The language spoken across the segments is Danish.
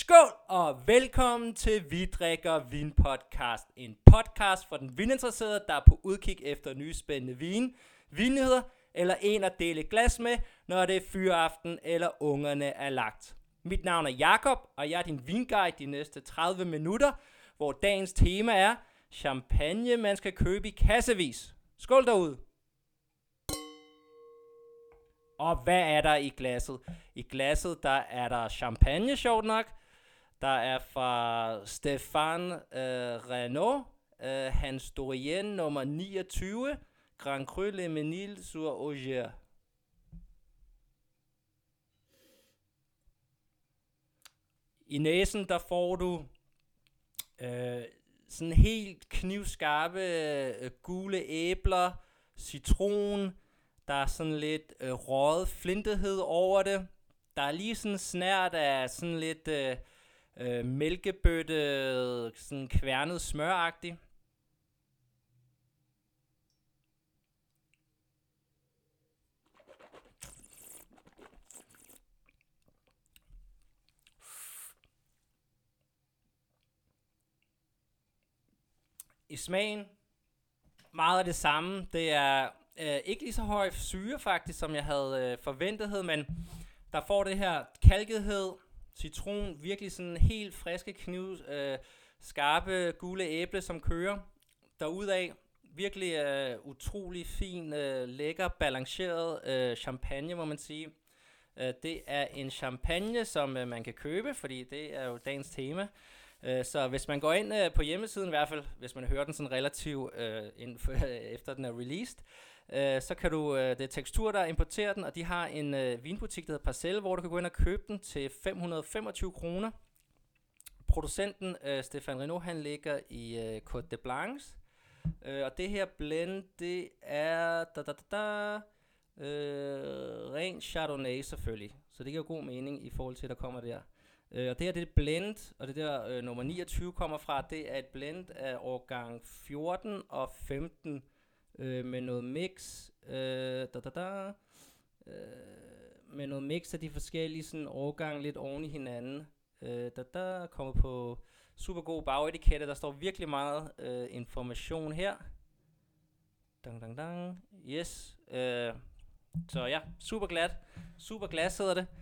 Skål og velkommen til Vi drikker vin podcast. En podcast for den vininteresserede, der er på udkig efter nye spændende vinnyheder eller en at dele glas med, når det er fyraften eller ungerne er lagt. Mit navn er Jakob, og jeg er din vinguide de næste 30 minutter, hvor dagens tema er champagne, man skal købe i kassevis. Skål derude! Og hvad er der i glasset? I glasset, der er der champagne, sjovt nok. Der er fra Stéphane Renaud, Hans Dorian nummer 29, Grand Cru Le Mesnil sur Ogier. I næsen, der får du sådan helt knivskarpe gule æbler, citron. Der er sådan lidt røget flintethed over det. Der er lige sådan snært af sådan lidt mælkebøtte, sådan kværnet smøragtigt. I smagen, meget af det samme. Det er ikke lige så høj syre faktisk, som jeg havde forventet, men der får det her kalkethed, citron, virkelig sådan helt friske skarpe gule æble, som kører derudaf. Virkelig utrolig fin, lækker, balanceret champagne, må man sige. Det er en champagne, som man kan købe, fordi det er jo dagens tema. Så hvis man går ind på hjemmesiden, i hvert fald hvis man hører den sådan relativt efter den er released, så kan du, det er Tekstur, der importerer den, og de har en vinbutik, der hedder Parcelle, hvor du kan gå ind og købe den til 525 kroner. Producenten, Stéphane Renaud, han ligger i Côte de Blanche. Og det her blend, det er ren Chardonnay selvfølgelig. Så det giver god mening i forhold til, der kommer der. Og det her, det er et blend, og det der nummer 29 kommer fra, det er et blend af årgang 14 og 15 med noget mix, med noget mix af de forskellige sådan årgange lidt oven i hinanden. Kommer på super god bagetikette, der står virkelig meget information her. Yes. Så ja, super glas hedder det.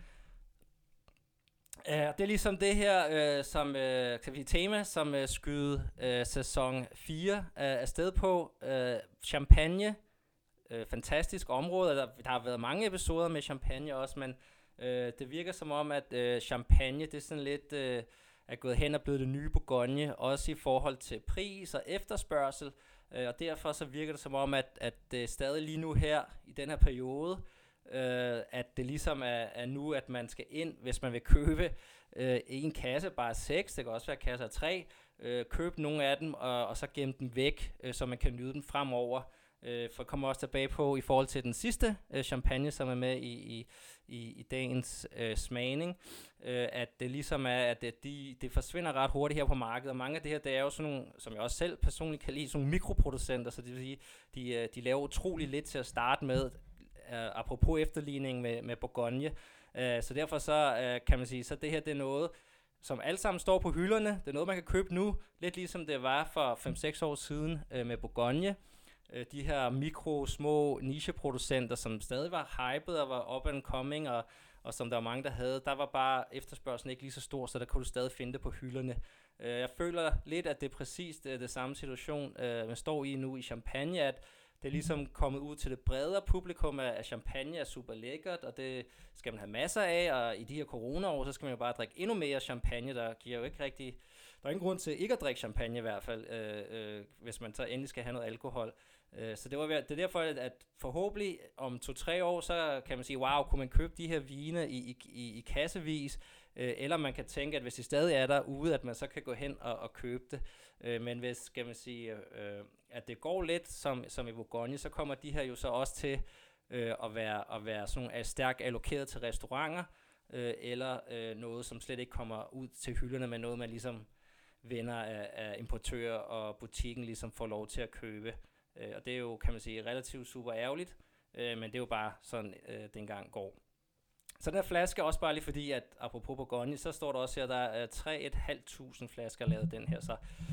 Det er ligesom det her som kan vi tema, som skyde sæson 4 afsted på. Champagne, fantastisk område. Der har været mange episoder med champagne også, men det virker som om, at champagne det er sådan lidt er gået hen og blevet det nye Bourgogne, også i forhold til pris og efterspørgsel. Og derfor så virker det som om, at det stadig lige nu her i den her periode, at det ligesom er nu, at man skal ind, hvis man vil købe en kasse, bare 6, det kan også være kasser af 3, købe nogle af dem, og så gemme dem væk, så man kan nyde dem fremover. For jeg kommer også tilbage på, i forhold til den sidste champagne, som er med i dagens smagning, at det ligesom er, at det forsvinder ret hurtigt her på markedet, og mange af det her, det er jo sådan nogle, som jeg også selv personligt kan lide, sådan nogle mikroproducenter, så det vil sige, de laver utrolig lidt til at starte med, apropos efterligning med Bourgogne. Så derfor så kan man sige, så det her det er noget, som alle sammen står på hylderne. Det er noget, man kan købe nu, lidt ligesom det var for 5-6 år siden med Bourgogne. De her små nicheproducenter, som stadig var hyped og var up and coming, og som der var mange, der havde, der var bare efterspørgselen ikke lige så stor, så der kunne du stadig finde det på hylderne. Jeg føler lidt, at det er præcis det samme situation, man står i nu i champagne, at det er ligesom kommet ud til det bredere publikum, at champagne er super lækkert, og det skal man have masser af, og i de her coronaår, så skal man jo bare drikke endnu mere champagne, der giver jo ikke rigtig, der er ingen grund til ikke at drikke champagne i hvert fald, hvis man så endelig skal have noget alkohol. Så det er derfor, at forhåbentlig om 2-3 år, så kan man sige, wow, kunne man købe de her vine i kassevis, eller man kan tænke, at hvis de stadig er derude, at man så kan gå hen og købe det. Men hvis, skal man sige, at det går lidt som i Bourgogne, så kommer de her jo så også til at være sådan stærkt allokeret til restauranter, eller noget, som slet ikke kommer ud til hylderne, men noget, man ligesom venner af importører og butikken ligesom får lov til at købe. Og det er jo, kan man sige, relativt super ærgerligt, men det er jo bare sådan, det engang går. Så den her flaske, også bare lige fordi, at apropos Bourgogne, så står der også her, der er 3.500 flasker lavet den her, så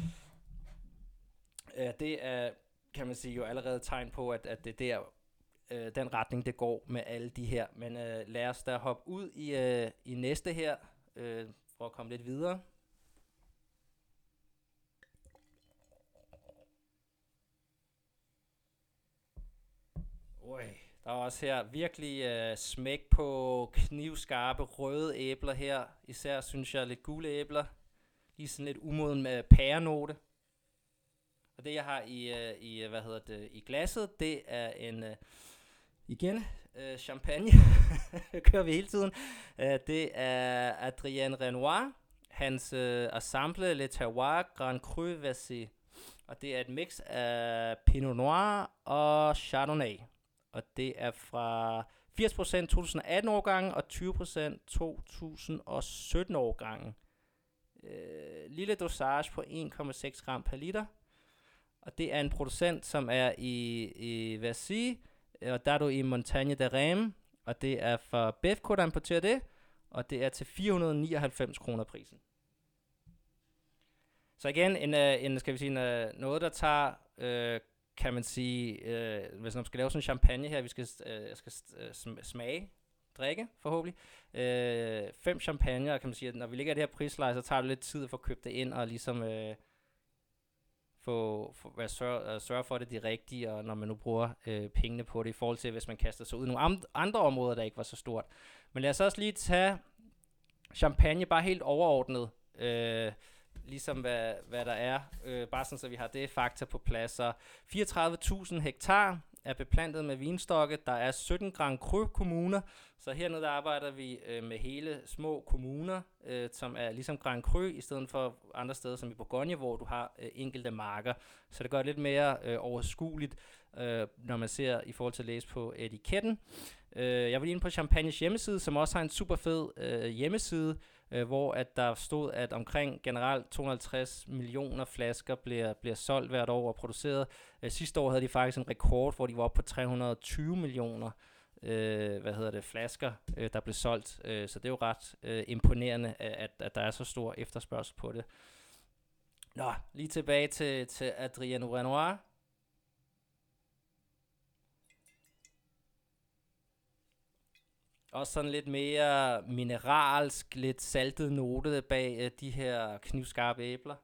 det er, kan man sige, jo allerede tegn på, at det der, den retning, det går med alle de her. Men lad os da hoppe ud i næste her, for at komme lidt videre. Der er også her virkelig smæk på knivskarpe røde æbler her. Især synes jeg lidt gule æbler. Lige sådan lidt umoden med pærenote. Og det jeg har i glasset, det er en champagne. Kører vi hele tiden. Det er Adrien Renoir. Hans Ensemble Le Terroir Grand Cru Versé. Og det er et mix af Pinot Noir og Chardonnay. Og det er fra 80% 2018 årgangen og 20% 2017 årgangen. Lille dosage på 1,6 gram per liter. Og det er en producent, som er i Versy, og der er du i Montagne de Reims, og det er for Bevco, der importerer det, og det er til 499 kroner prisen. Så igen, noget, der tager, kan man sige, hvis man skal lave sådan en champagne her, jeg skal drikke forhåbentlig. 5 champagner, kan man sige, at når vi ligger i det her prisleje, så tager det lidt tid at få købt det ind, og ligesom sørge for det de rigtige, og når man nu bruger pengene på det, i forhold til, hvis man kaster sig ud i nogle andre områder, der ikke var så stort. Men lad os også lige tage champagne bare helt overordnet, ligesom hvad der er, bare sådan, så vi har det fakta på plads. Så 34.000 hektar er beplantet med vinstokke. Der er 17 Grand Cru kommuner, så hernede der arbejder vi med hele små kommuner, som er ligesom Grand Cru, i stedet for andre steder som i Bourgogne, hvor du har enkelte marker. Så det gør det lidt mere overskueligt, når man ser i forhold til at læse på etiketten. Jeg var lige inde på Champagnes hjemmeside, som også har en super fed hjemmeside, hvor at der stod, at omkring generelt 250 millioner flasker bliver solgt hvert år og produceret. Sidste år havde de faktisk en rekord, hvor de var oppe på 320 millioner flasker, der blev solgt. Så det er jo ret imponerende, at der er så stor efterspørgsel på det. Nå, lige tilbage til Adrien Renoir. Også sådan lidt mere mineralsk, lidt saltet note bag de her knivskarpe æbler.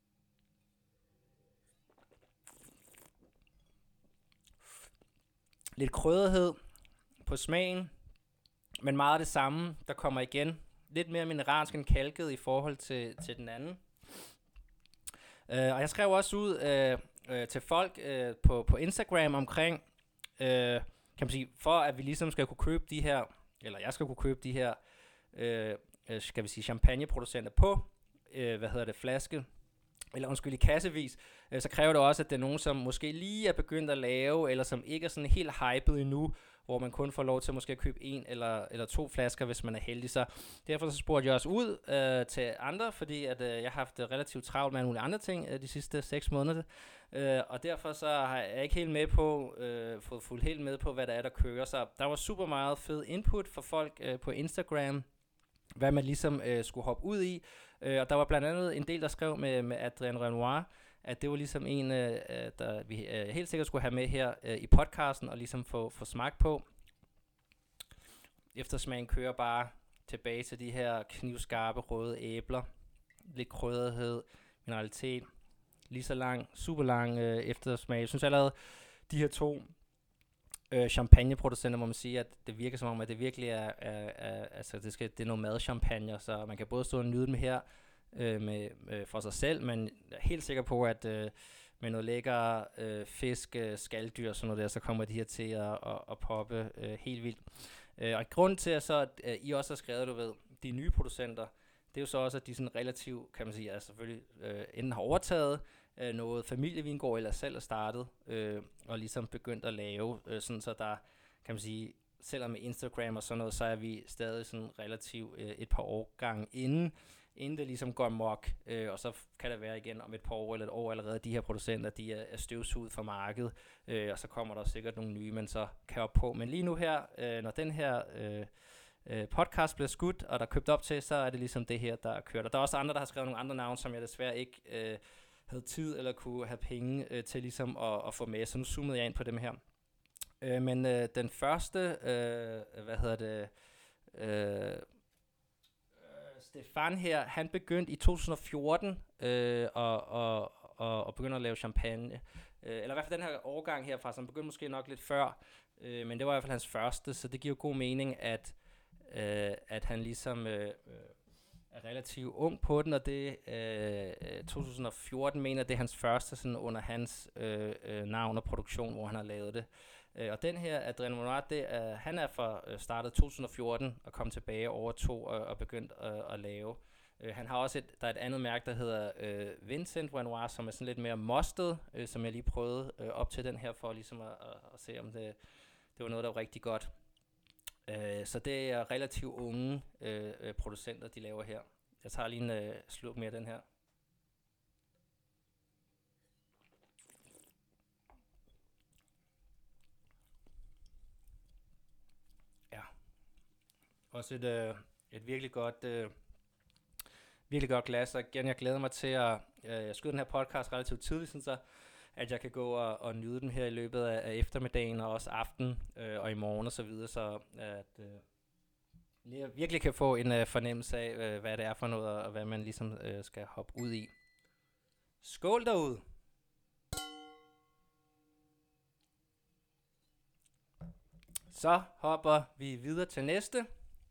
Lidt krydderhed på smagen, men meget af det samme, der kommer igen. Lidt mere mineralsk end kalket i forhold til den anden. Og jeg skrev også ud til folk på Instagram omkring, kan man sige, for at vi ligesom skal kunne købe de her, eller jeg skal kunne købe de her, skal vi sige, champagneproducenter på, flaske, eller i kassevis, så kræver det også, at det er nogen, som måske lige er begyndt at lave, eller som ikke er sådan helt hyped endnu, hvor man kun får lov til at måske købe 1 eller 2 flasker, hvis man er heldig. Så derfor så spurgte jeg også ud til andre, fordi at jeg har haft relativt travlt med nogle andre ting de sidste 6 måneder. Og derfor så har jeg ikke helt med på, fået fuldt helt med på, hvad der er, der kører. Så der var super meget fed input for folk på Instagram, hvad man ligesom skulle hoppe ud i. Og der var blandt andet en del, der skrev med Adrien Renoir, at det var ligesom en, der vi helt sikkert skulle have med her i podcasten, og ligesom få smagt på. Eftersmagen kører bare tilbage til de her knivskarpe røde æbler. Lidt krydderhed, mineralitet. Lige så lang, super lang eftersmag. Jeg synes allerede, de her 2 champagneproducenter, må man sige, at det virker som om, at det virkelig er det er noget madchampagne, så man kan både stå og nyde dem her for sig selv, men jeg er helt sikker på, at med noget lækker fisk, skalddyr og sådan noget der, så kommer de her til at poppe helt vildt. Og grund til, at I også har skrevet, du ved, de nye producenter, det er jo så også, at de sådan relativt, kan man sige, altså selvfølgelig enten har overtaget noget familievingård eller selv er startet og ligesom begyndt at lave, sådan så der, kan man sige, selvom med Instagram og sådan noget, så er vi stadig sådan relativt et par årgange inden det ligesom går amok, og så kan det være igen om et par år eller et år allerede, de her producenter, de er støvsuget fra markedet, og så kommer der sikkert nogle nye, man så kan op på. Men lige nu her, når den her podcast bliver skudt, og der er købt op til, så er det ligesom det her, der er kørt. Og der er også andre, der har skrevet nogle andre navne, som jeg desværre ikke havde tid eller kunne have penge til ligesom at få med. Så nu zoomede jeg ind på dem her. Men den første, Stefan her, han begyndte i 2014 og begyndte at lave champagne. Eller i hvert fald den her årgang herfra, som begyndte måske nok lidt før, men det var i hvert fald hans første, så det giver god mening, at han ligesom er relativt ung på den, og det 2014 mener, det er hans første sådan under hans navn og produktion, hvor han har lavet det. Og den her Adrien Noir, han er fra startet 2014 og kom tilbage over 2 og begyndt at lave. Han har også der er et andet mærke, der hedder Vincent Noir, som er sådan lidt mere mostet, som jeg lige prøvede op til den her for ligesom at se, om det var noget, der var rigtig godt. Så det er relativt unge producenter, de laver her. Jeg tager lige en slurk mere af den her. Ja. Også et virkelig godt glas, og igen, jeg glæder mig til at skyde den her podcast relativt tidligt, så at jeg kan gå og nyde den her i løbet af eftermiddagen og også aften og i morgen og så videre, så at jeg virkelig kan få en fornemmelse af, hvad det er for noget, og hvad man ligesom skal hoppe ud i. Skål derude! Så hopper vi videre til næste.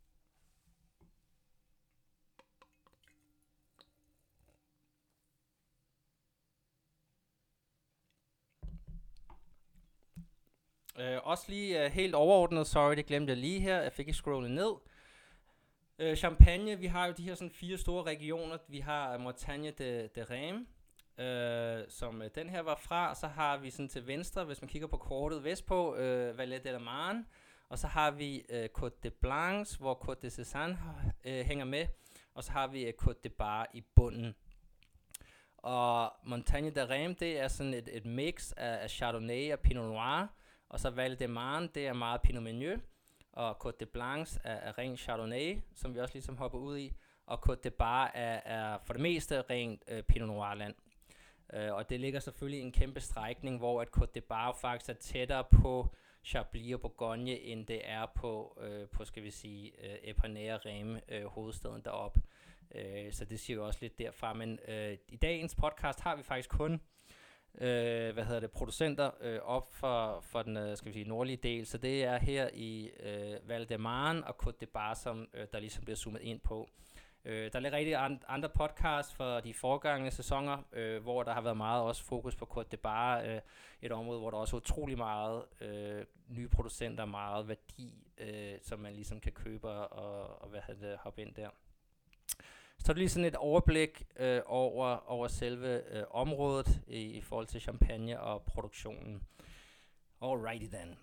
Også lige helt overordnet, sorry, det glemte jeg lige her, jeg fik ikke scrollet ned. Champagne, vi har jo de her sådan 4 store regioner. Vi har Montagne de Reims, som den her var fra, og så har vi sådan til venstre, hvis man kigger på kortet vestpå, Valais de la Marne, og så har vi Côte de Blanche, hvor Côte de Sézanne hænger med, og så har vi Côte de Bar i bunden. Og Montagne de Reims, det er sådan et mix af Chardonnay og Pinot Noir, og så Valais de Marne, det er meget Pinot Meunier, og Côte de Blanche er ren Chardonnay, som vi også ligesom hopper ud i, og Côte de Bar er for det meste rent Pinot Noir-land. Og det ligger selvfølgelig i en kæmpe strækning, hvor at Côte de Bar faktisk er tættere på Chablis og Bourgogne, end det er på skal vi sige, Epernay og Reims, hovedstaden deroppe. Så det siger jo også lidt derfra, men i dagens podcast har vi faktisk kun producenter op for den skal vi sige, nordlige del, så det er her i Valais de Marne og Côte de Bar, som der ligesom bliver zoomet ind på. Der er rigtig andre podcasts for de foregående sæsoner, hvor der har været meget også fokus på Côte de Bar, et område, hvor der også er utrolig meget nye producenter, meget værdi, som man ligesom kan købe og hoppe ind der. Så er det lige sådan et overblik over selve området i forhold til champagne og produktionen. Alrighty then.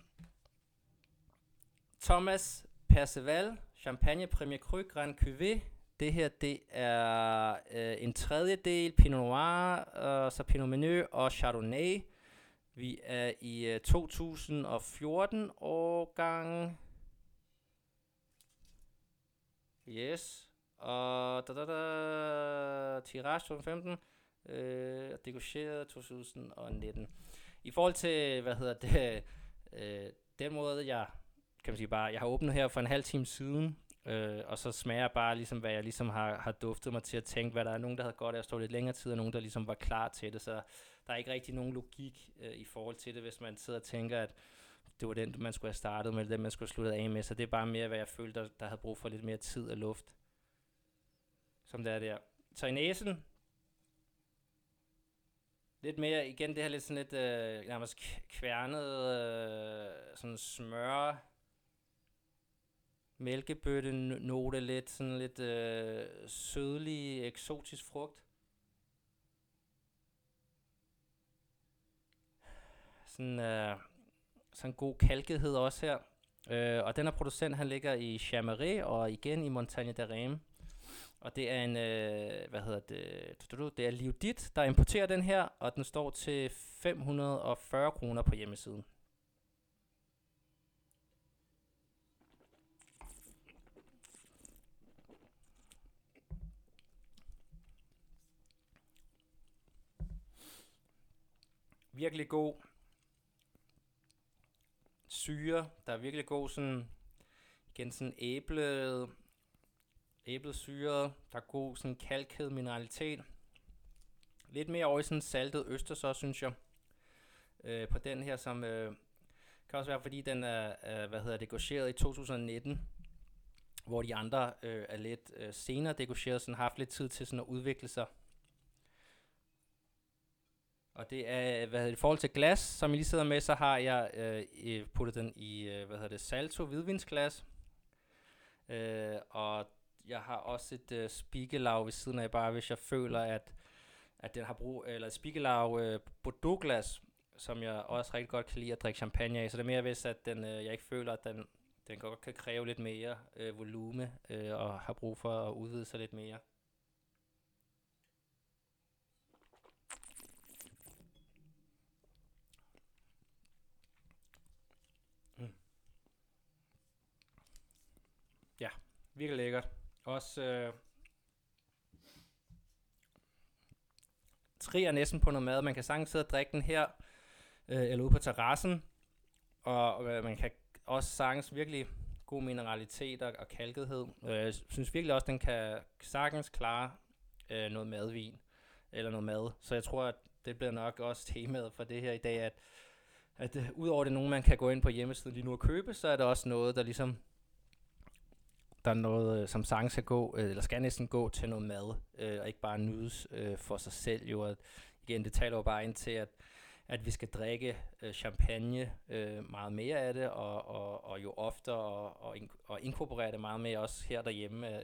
Thomas Perceval, Champagne Premier Cru Grand Cuvée. Det her, det er en tredjedel Pinot Noir, så Pinot Meunier og Chardonnay. Vi er i 2014 årgang. Yes. Og tirage 2015, degorgeret 2019. I forhold til, den måde, jeg har åbnet her for en halv time siden, og så smager jeg bare ligesom, hvad jeg ligesom har duftet mig til at tænke, hvad der er nogen, der havde godt af at stå lidt længere tid, og nogen, der ligesom var klar til det, så der er ikke rigtig nogen logik i forhold til det, hvis man sidder og tænker, at det var den, man skulle have startet med, eller den, man skulle have sluttet af med, så det er bare mere, hvad jeg følte, der havde brug for lidt mere tid og luft. Som det er der. Så i næsen, lidt mere, igen det her lidt sådan lidt nærmest kværnet, sådan smør, mælkebøtte note, lidt sådan lidt sødlig, eksotisk frugt. Sådan en god kalkethed også her. Og den her producent, han ligger i Chamaret og igen i Montagne de Reims. Og det er en, det er Liudit, der importerer den her, og den står til 540 kroner på hjemmesiden. virkelig god syre. Der er virkelig god sådan, igen sådan æblesyre. Der er god sådan kalkhed mineralitet. Lidt mere over i sådan saltet østersås, synes jeg. På den her, som kan også være, fordi den er degorgeret i 2019, hvor de andre er lidt senere degorgeret, sådan har haft lidt tid til sådan at udvikle sig. Og det er, i forhold til glas, som I lige sidder med, så har jeg puttet den i, Salto hvidvinsglas. Og jeg har også et Spiegelau ved siden af, bare hvis jeg føler, at den har brug, eller et Spiegelau Bordeaux-glas, som jeg også rigtig godt kan lide at drikke champagne af. Så det er mere hvis, at jeg ikke føler, at den godt kan kræve lidt mere volume, og har brug for at udvide sig lidt mere. Ja, virkelig lækkert. Også trier næsten på noget mad. Man kan sagtens sidde og drikke den her, eller ude på terrassen. Og man kan også sagtens virkelig god mineralitet og kalkethed. Jeg synes virkelig også, den kan sagtens klare noget madvin, eller noget mad. Så jeg tror, at det bliver nok også temaet for det her i dag, at udover det nogen, man kan gå ind på hjemmesiden lige nu og købe, så er det også noget, der ligesom, der er noget, som sagtens skal gå, eller skal næsten gå til noget mad, og ikke bare nydes for sig selv. Jo, at, igen, det taler jo bare ind til, at vi skal drikke champagne meget mere af det, og jo oftere, og inkorporere det meget mere også her derhjemme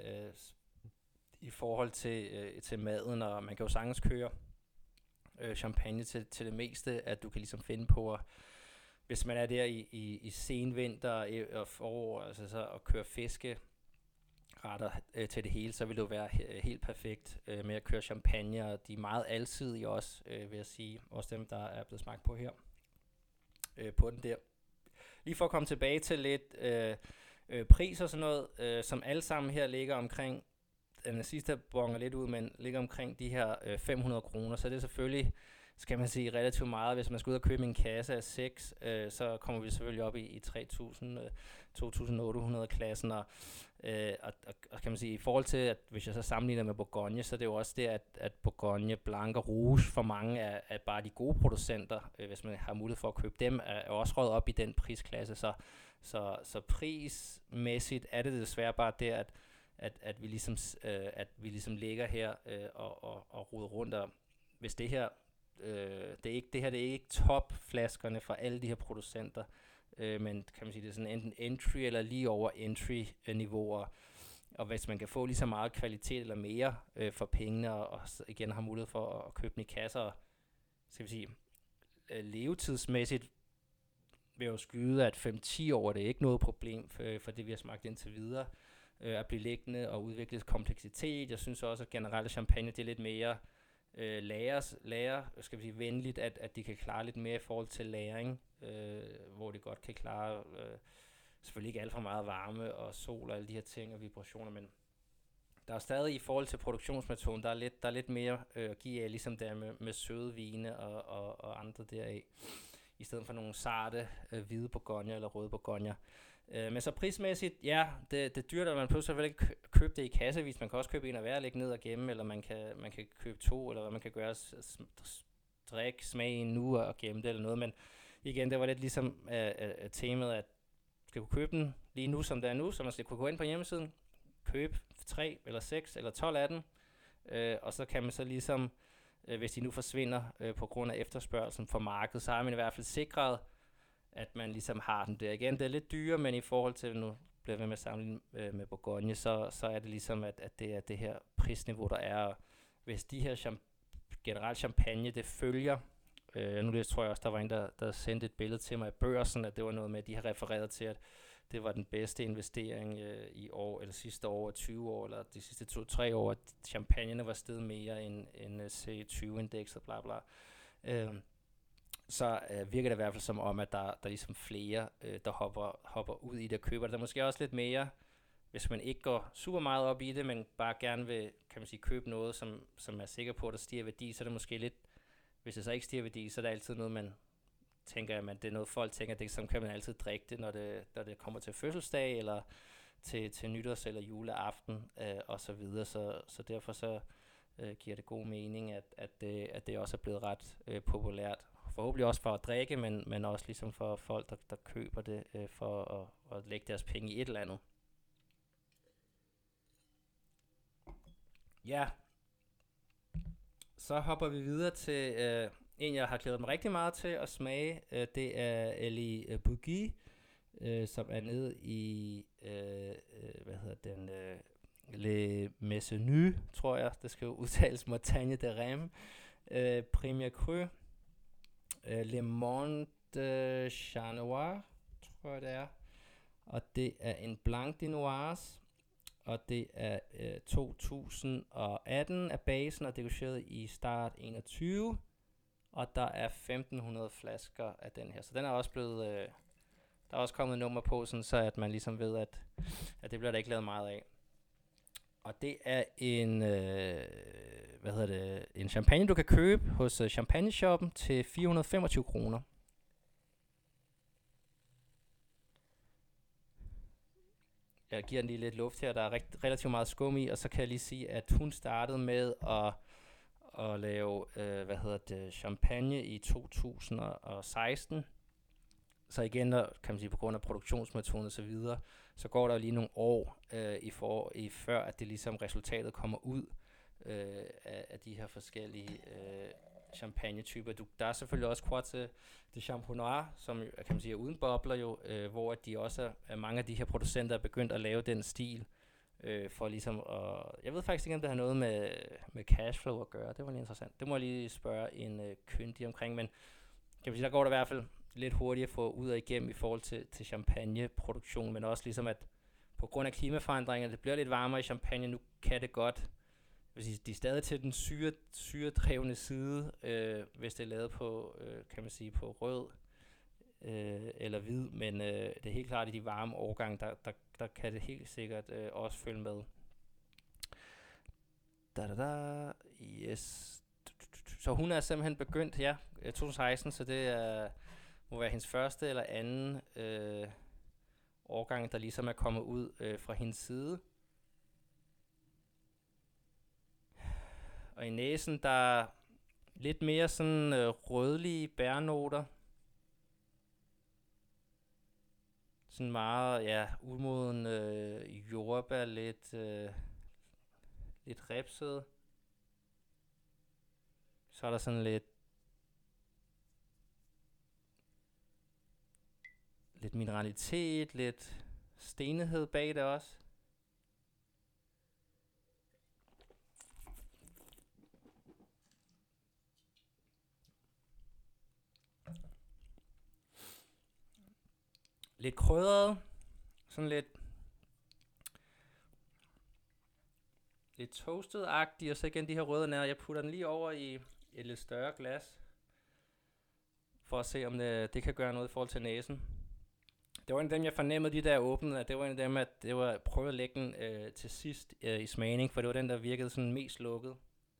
i forhold til maden, og man kan jo sagtens køre champagne til det meste, at du kan ligesom finde på, at hvis man er der i senvinter og forår, altså så at køre fiskeretter til det hele, så vil det jo være helt perfekt med at køre champagne, og de er meget alsidige også, vil jeg sige. Også dem, der er blevet smagt på her. På den der. Lige for at komme tilbage til lidt pris og sådan noget, som alle sammen her ligger omkring, den sidste bonger lidt ud, men ligger omkring de her 500 kroner, så det er selvfølgelig, skal man sige, relativt meget. Hvis man skal ud og købe en kasse af 6, så kommer vi selvfølgelig op i 3.000, 2.800 klassen, og kan man sige, i forhold til, at hvis jeg så sammenligner med Bourgogne, så er det jo også det, at Bourgogne, Blanc og Rouge for mange er bare de gode producenter, hvis man har mulighed for at købe dem, er også røget op i den prisklasse, så prismæssigt er det desværre bare der, at vi ligesom ligger her og roder rundt, og hvis det her det er ikke topflaskerne fra alle de her producenter, men kan man sige, det er sådan enten entry eller lige over entry niveauer, og hvis man kan få lige så meget kvalitet eller mere for pengene, og igen har mulighed for at købe den i kasser, skal vi sige, levetidsmæssigt vil jeg jo skyde, at 5-10 år det er ikke noget problem for det, vi har smagt indtil videre, at blive liggende og udvikle kompleksitet. Jeg synes også, at generelt champagne det er lidt mere skal vi sige, venligt, at de kan klare lidt mere i forhold til lagring, hvor det godt kan klare selvfølgelig ikke alt for meget varme og sol og alle de her ting og vibrationer, men der er stadig i forhold til produktionsmetoden, der er lidt mere at give af, ligesom der med søde vine og andre deraf, i stedet for nogle sarte hvide bourgogne eller røde bourgogne. Men så prismæssigt, ja, det er dyrt, og man behøver selvfølgelig ikke købe det i kassevis. Man kan også købe en af hver, lægge ned og gemme, eller man kan købe 2, eller hvad man kan gøre, drikke, smage en nu og gemme det eller noget. Men igen, det var lidt ligesom temaet, at skal kunne købe den lige nu, som det er nu, så man skal kunne gå ind på hjemmesiden, købe 3 eller 6 eller 12 af den, og så kan man så ligesom, hvis de nu forsvinder på grund af efterspørgselen for markedet, så har man i hvert fald sikret, at man ligesom har den der. Igen, det er lidt dyre, men i forhold til, nu bliver jeg ved med at sammenligne med Bourgogne, så er det ligesom, at det er det her prisniveau, der er. Hvis de her generelt champagne, det følger, nu tror jeg også, der var en, der sendte et billede til mig i Børsen, at det var noget med, at de har refereret til, at det var den bedste investering i år, eller sidste år, 20 år, eller de sidste 2-3 år, at champagnerne var steget mere end C20-indekset, bla bla. Så virker det i hvert fald som om, at der er ligesom flere, der hopper ud i det og køber det. Der er måske også lidt mere, hvis man ikke går super meget op i det, men bare gerne vil, kan man sige, købe noget, som er sikker på, at der stiger værdi, så er det måske lidt, hvis det så ikke stiger værdi, så er det altid noget, man tænker, at det er noget, folk tænker, det så kan man altid drikke det, når det kommer til fødselsdag, eller til nytårs- eller juleaften, og så videre. Så derfor så giver det god mening, at det også er blevet ret populært. Forhåbentlig også for at drikke, men også ligesom for folk, der køber det for at lægge deres penge i et eller andet. Ja, så hopper vi videre til en, jeg har glædet mig rigtig meget til at smage. Det er Elie Bougie, som er nede i, Le Maisonnue, tror jeg, det skal jo udtales, Montagne de Reims, Premier Cru, Le Monde Chanois, tror jeg det er, og det er en Blanc de Noirs, og det er 2018 af basen, og degusteret i start 21, og der er 1500 flasker af den her, så den er også blevet, der er også kommet et nummer på, sådan så at man ligesom ved, at det bliver der ikke lavet meget af. Og det er en champagne, du kan købe hos Champagne Shoppen til 425 kroner. Jeg giver den lige lidt luft her, der er relativt meget skum i, og så kan jeg lige sige, at hun startede med at lave champagne i 2016. Så igen, kan man sige, på grund af produktionsmetoden og så videre, så går der jo lige nogle år før, at det ligesom resultatet kommer ud af de her forskellige champagne-typer. Der er selvfølgelig også Quartier de Champenois, som kan man sige er uden bobler jo, hvor de også er mange af de her producenter er begyndt at lave den stil, for ligesom at, jeg ved faktisk ikke, om det har noget med cashflow at gøre. Det var lige interessant. Det må jeg lige spørge en kyndig omkring, men kan man sige, der går det i hvert fald lidt hurtigt at få ud og igennem i forhold til champagneproduktion, men også ligesom at på grund af klimaforandringer, det bliver lidt varmere i Champagne, nu kan det godt, de er stadig til den syredrevne side, hvis det er lavet på, kan man sige, på rød eller hvid, men det er helt klart i de varme årgange, der kan det helt sikkert også følge med. Yes. Så hun er simpelthen begyndt, 2016, så det må være hendes første eller anden årgang, der ligesom er kommet ud fra hendes side. Og i næsen, der er lidt mere sådan rødlige bærnoter. Sådan meget, umoden jordbær, lidt ripset. Så er der sådan lidt mineralitet, lidt stenighed bag det også. Lidt krydret, sådan lidt toasted-agtigt, og så igen de her røde nær. Jeg putter den lige over i et lidt større glas, for at se, om det kan gøre noget i forhold til næsen. Det var en af dem, jeg fornemmede, de der åbnede, at det var en af dem, at det var at prøve at lægge den til sidst i smagning, for det var den, der virkede sådan mest lukket.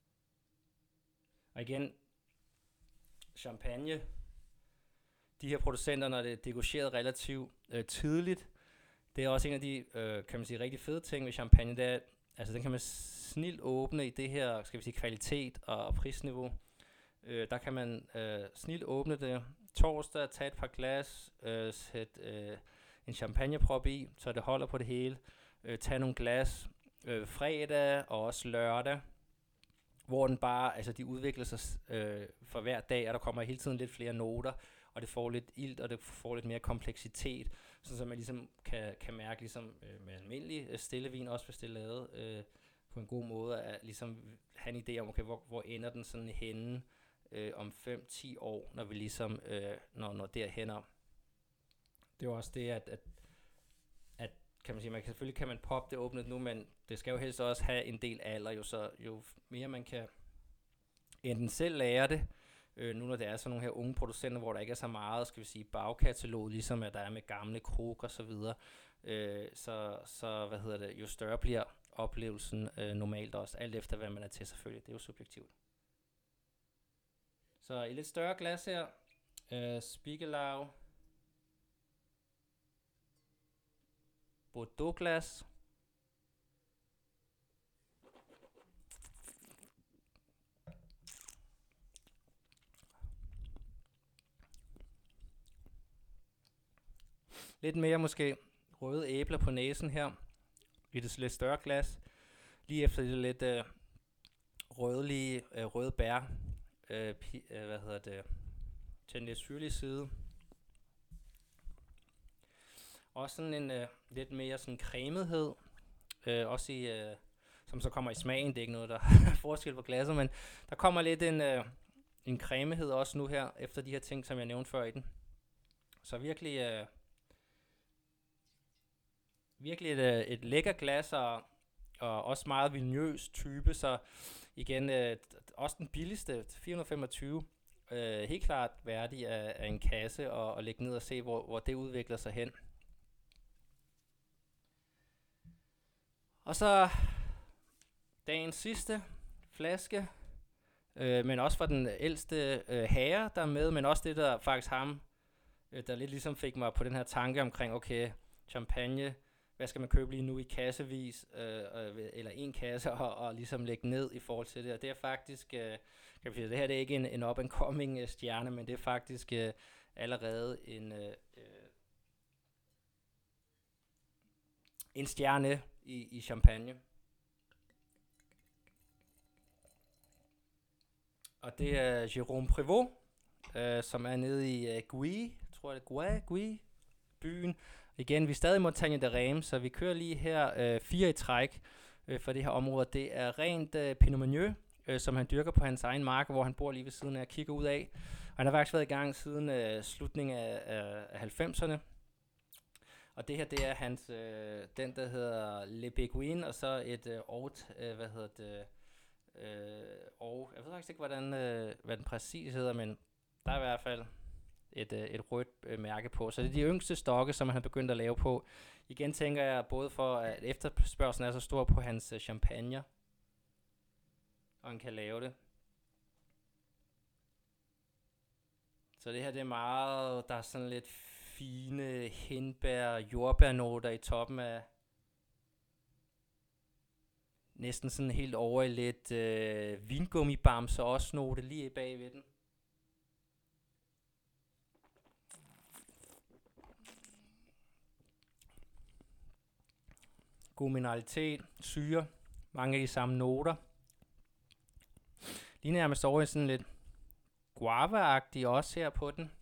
Og igen, champagne, de her producenter, når det er degusteret relativt tidligt, det er også en af de, kan man sige, rigtig fede ting ved champagne, det er, altså den kan man snilt åbne i det her, skal vi sige, kvalitet og prisniveau. Der kan man snilt åbne det torsdag, tage et par glas, sætte en champagneprop i, så det holder på det hele. Tage nogle glas fredag og også lørdag, hvor den bare, altså de udvikler sig for hver dag, og der kommer hele tiden lidt flere noter, og det får lidt ilt, og det får lidt mere kompleksitet, så man ligesom kan mærke, ligesom med almindelig stillevin, også hvis det er lavet på en god måde, at ligesom have en idé om, okay, hvor ender den sådan henne om 5-10 år, når vi ligesom når derhen om. Det er jo også det, at kan man sige, selvfølgelig kan man poppe det åbnet nu, men det skal jo helst også have en del alder, jo mere man kan enten selv lære det, nu når det er sådan nogle her unge producenter, hvor der ikke er så meget, skal vi sige, bagkatalog, ligesom at der er med gamle krog og så videre, så jo større bliver oplevelsen normalt også, alt efter hvad man er til selvfølgelig, det er jo subjektivt. Så i lidt større glas her, Spiegelau Bordeaux glas. Lidt mere måske røde æbler på næsen her, i det lidt større glas. Lige efter det lidt rødlige, røde bær, til den lidt syrlige side. Også sådan en lidt mere sådan cremethed, også i, som så kommer i smagen. Det er ikke noget, der er forskel på glasset, men der kommer lidt en cremehed også nu her, efter de her ting, som jeg nævnte før i den. Så virkelig, virkelig et lækker glas, og også meget vinøs type, så igen, også den billigste, 425, helt klart værdig af en kasse, og lægge ned og se, hvor det udvikler sig hen. Og så dagens sidste flaske, men også fra den ældste herre, der er med, men også det, der faktisk ham, der lidt ligesom fik mig på den her tanke omkring, okay, champagne, hvad skal man købe lige nu i kassevis, eller en kasse, og ligesom lægge ned i forhold til det. Og det er faktisk, kan vi sige, det her det er ikke en up-and-coming stjerne, men det er faktisk allerede en stjerne i champagne. Og det er Jérôme Prévost, som er nede i Gouy, tror jeg det er Gouy, byen. Igen, vi er stadig i Montagne de Reims, så vi kører lige her 4 i træk for det her område. Det er rent Pinot Meunier, som han dyrker på hans egen mark, hvor han bor lige ved siden af og kigger ud af. Og han har faktisk været i gang siden slutningen af 90'erne. Og det her, det er hans, den der hedder Le Béguin, og så et jeg ved faktisk ikke, hvad den præcis hedder, men der er i hvert fald et rødt mærke på. Så det er de yngste stokke, som han har begyndt at lave på. Igen tænker jeg både for, at efterspørgselen er så stor på hans champagne, og han kan lave det. Så det her, det er meget, der er sådan lidt fine hindbær- og jordbærnoter i toppen af, næsten sådan helt over i lidt vingummibamser, også note lige bag ved den. God mineralitet, syre, mange af de samme noter. Lige nærmest over i sådan lidt guava-agtig også her på den,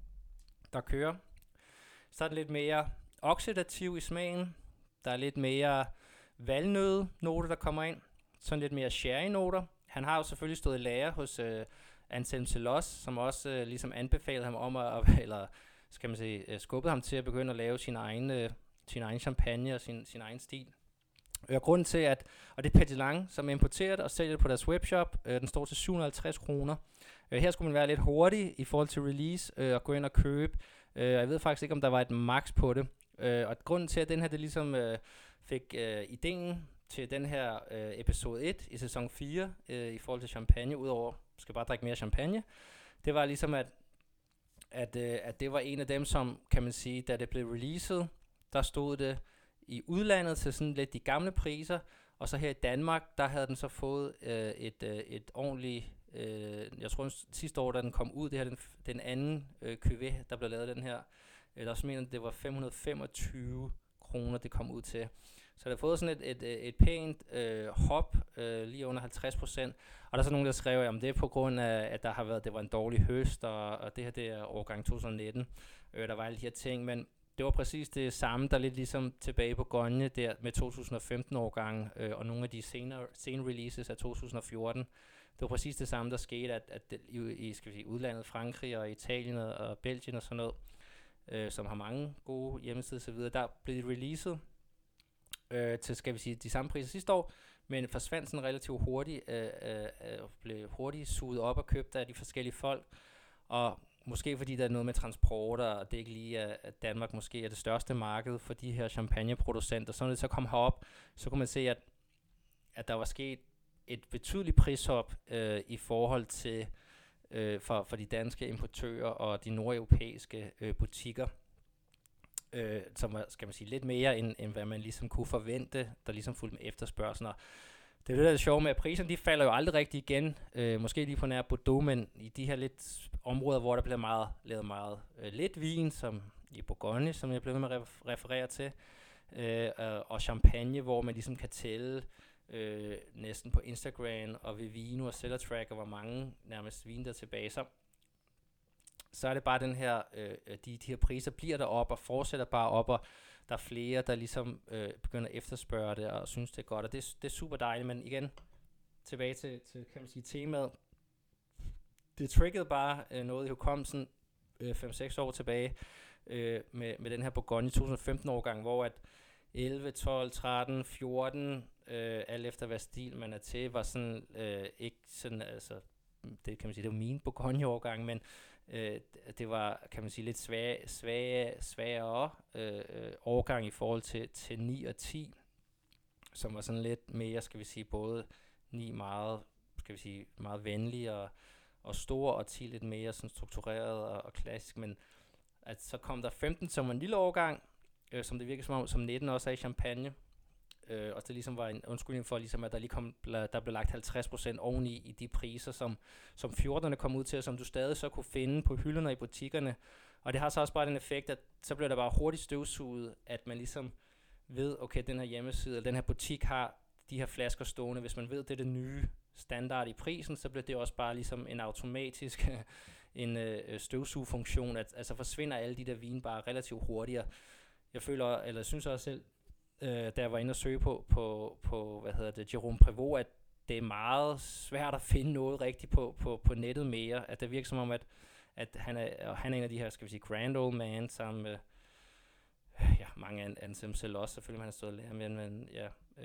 der kører. Så er den lidt mere oxidativ i smagen. Der er lidt mere valnød-noter, der kommer ind. Sådan lidt mere sherry-noter. Han har jo selvfølgelig stået i lager hos Anselm Celos, som også ligesom anbefalede ham om eller skal man sige, skubbede ham til at begynde at lave sin egen champagne og sin egen stil. Og grunden til, og det er Petit Lang, som importerer det og sælger det på deres webshop. Den står til 750 kroner. Her skulle man være lidt hurtig i forhold til release og gå ind og købe. Jeg ved faktisk ikke, om der var et max på det. Og grunden til, at den her det ligesom fik ideen til den her episode 1 i sæson 4 i forhold til champagne, udover skal bare drikke mere champagne, det var ligesom, at det var en af dem, som, kan man sige, da det blev releaset, der stod det i udlandet til sådan lidt de gamle priser, og så her i Danmark, der havde den så fået et ordentligt, jeg tror sidste år, da den kom ud, det her den anden cuvée, der blev lavet den her, der også mener, det var 525 kroner, det kom ud til. Så det har fået sådan et pænt hop, lige under 50%. Og der er så nogen, der skrev, at det er på grund af, at det var en dårlig høst, og det her det er årgang 2019. Der var alle de her ting, men det var præcis det samme, der lidt ligesom tilbage på Gogne der med 2015-årgangen, og nogle af de sene releases af 2014. Det var præcis det samme, der skete, at i skal vi sige, udlandet, Frankrig og Italien og Belgien og sådan noget, som har mange gode hjemmesider og så videre, der blev de releaset til, skal vi sige, de samme priser sidste år, men forsvandt sådan relativt hurtigt, blev hurtigt suget op og købt af de forskellige folk, og måske fordi der er noget med transporter, og det ikke lige er, at Danmark måske er det største marked for de her champagneproducenter. Så når det så kom herop, så kunne man se, at der var sket et betydeligt prishop i forhold til for de danske importører og de nordeuropæiske butikker, som var, skal man sige, lidt mere end hvad man ligesom kunne forvente, der ligesom fulgte med efterspørgselen. Og det er det, der er sjovt med, at priserne de falder jo aldrig rigtig igen, måske lige på nær Bordeaux, men i de her lidt områder, hvor der bliver lavet meget lidt vin, som i Bourgogne, som jeg blev ved med at referere til, og champagne, hvor man ligesom kan tælle næsten på Instagram og ved Vino og Cellartracker, hvor mange nærmest vin der er tilbage. Så er det bare den her, de her priser bliver der op og fortsætter bare op, og der er flere, der ligesom begynder at efterspørge det og synes, det er godt, og det er super dejligt, men igen, tilbage til kan man sige, temaet. Det triggede bare noget i hukommelsen 5-6 år tilbage med den her Bourgogne 2015-årgang, hvor at 11, 12, 13, 14, alt efter hvad stil man er til, var sådan ikke sådan, altså, det kan man sige, det var min Bourgogne-årgang, men det var, kan man sige, lidt svagere årgang i forhold til 9 og 10, som var sådan lidt mere, skal vi sige, både 9 meget, skal vi sige, meget venlig og stor, og 10 lidt mere sådan struktureret og klassisk, men at så kom der 15 som en lille årgang, som det virker som 19 også er i champagne, og det ligesom var en undskyldning for, ligesom, at der blev lagt 50% oveni i de priser, som 14'erne kom ud til, og som du stadig så kunne finde på hylderne i butikkerne. Og det har så også bare den effekt, at så bliver der bare hurtigt støvsuget, at man ligesom ved, okay, den her hjemmeside, eller den her butik har de her flasker stående. Hvis man ved, det er det nye standard i prisen, så bliver det også bare ligesom en automatisk støvsugefunktion, at så forsvinder alle de der vin bare relativt hurtigere. Jeg synes også selv, da jeg var inde og søge på Jérôme Prévost, at det er meget svært at finde noget rigtigt på nettet mere. At det virker som om, at han er en af de her, skal vi sige, grand old man, sammen med mange anser dem selv også, selvfølgelig, man har stået og lært med, men ja,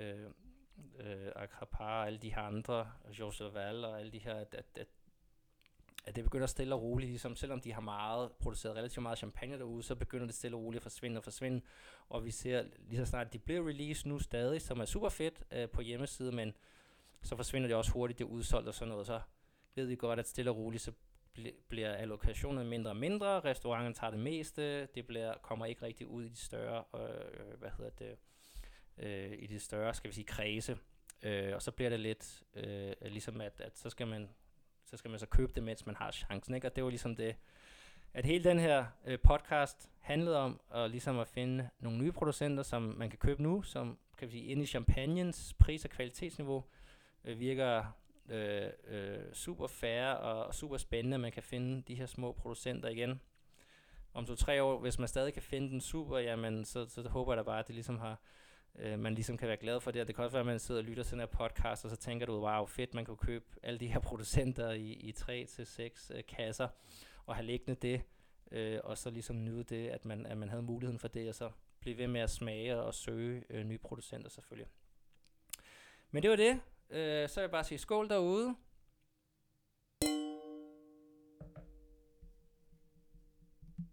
Akrapar og alle de her andre, Georges Laval og alle de her, at det begynder stille og roligt, ligesom selvom de har produceret relativt meget champagne derude, så begynder det stille og roligt at forsvinde, og vi ser lige så snart, de bliver released nu stadig, som er super fedt på hjemmeside, men så forsvinder det også hurtigt, det er udsolgt og sådan noget, så ved vi godt, at stille og roligt, så bliver allokationen mindre og mindre, restauranten tager det meste, kommer ikke rigtig ud i de større, i de større, skal vi sige, kredse, og så bliver det lidt ligesom, at så skal man så købe det, mens man har chancen, ikke? Og det var ligesom det, at hele den her podcast handlede om, ligesom at finde nogle nye producenter, som man kan købe nu, som kan vi sige, inde i champagnens pris- og kvalitetsniveau, virker super fair og super spændende, man kan finde de her små producenter igen. Om 2-3 år, hvis man stadig kan finde den super, jamen så håber jeg da bare, at det ligesom har man ligesom kan være glad for det, og det kan også være, at man sidder og lytter til den her podcast, og så tænker du, wow, fedt, man kan købe alle de her producenter i 3-6 kasser, og have liggende det, og så ligesom nyde det, at man havde muligheden for det, og så blive ved med at smage og søge nye producenter selvfølgelig. Men det var det. Så vil jeg bare sige skål derude.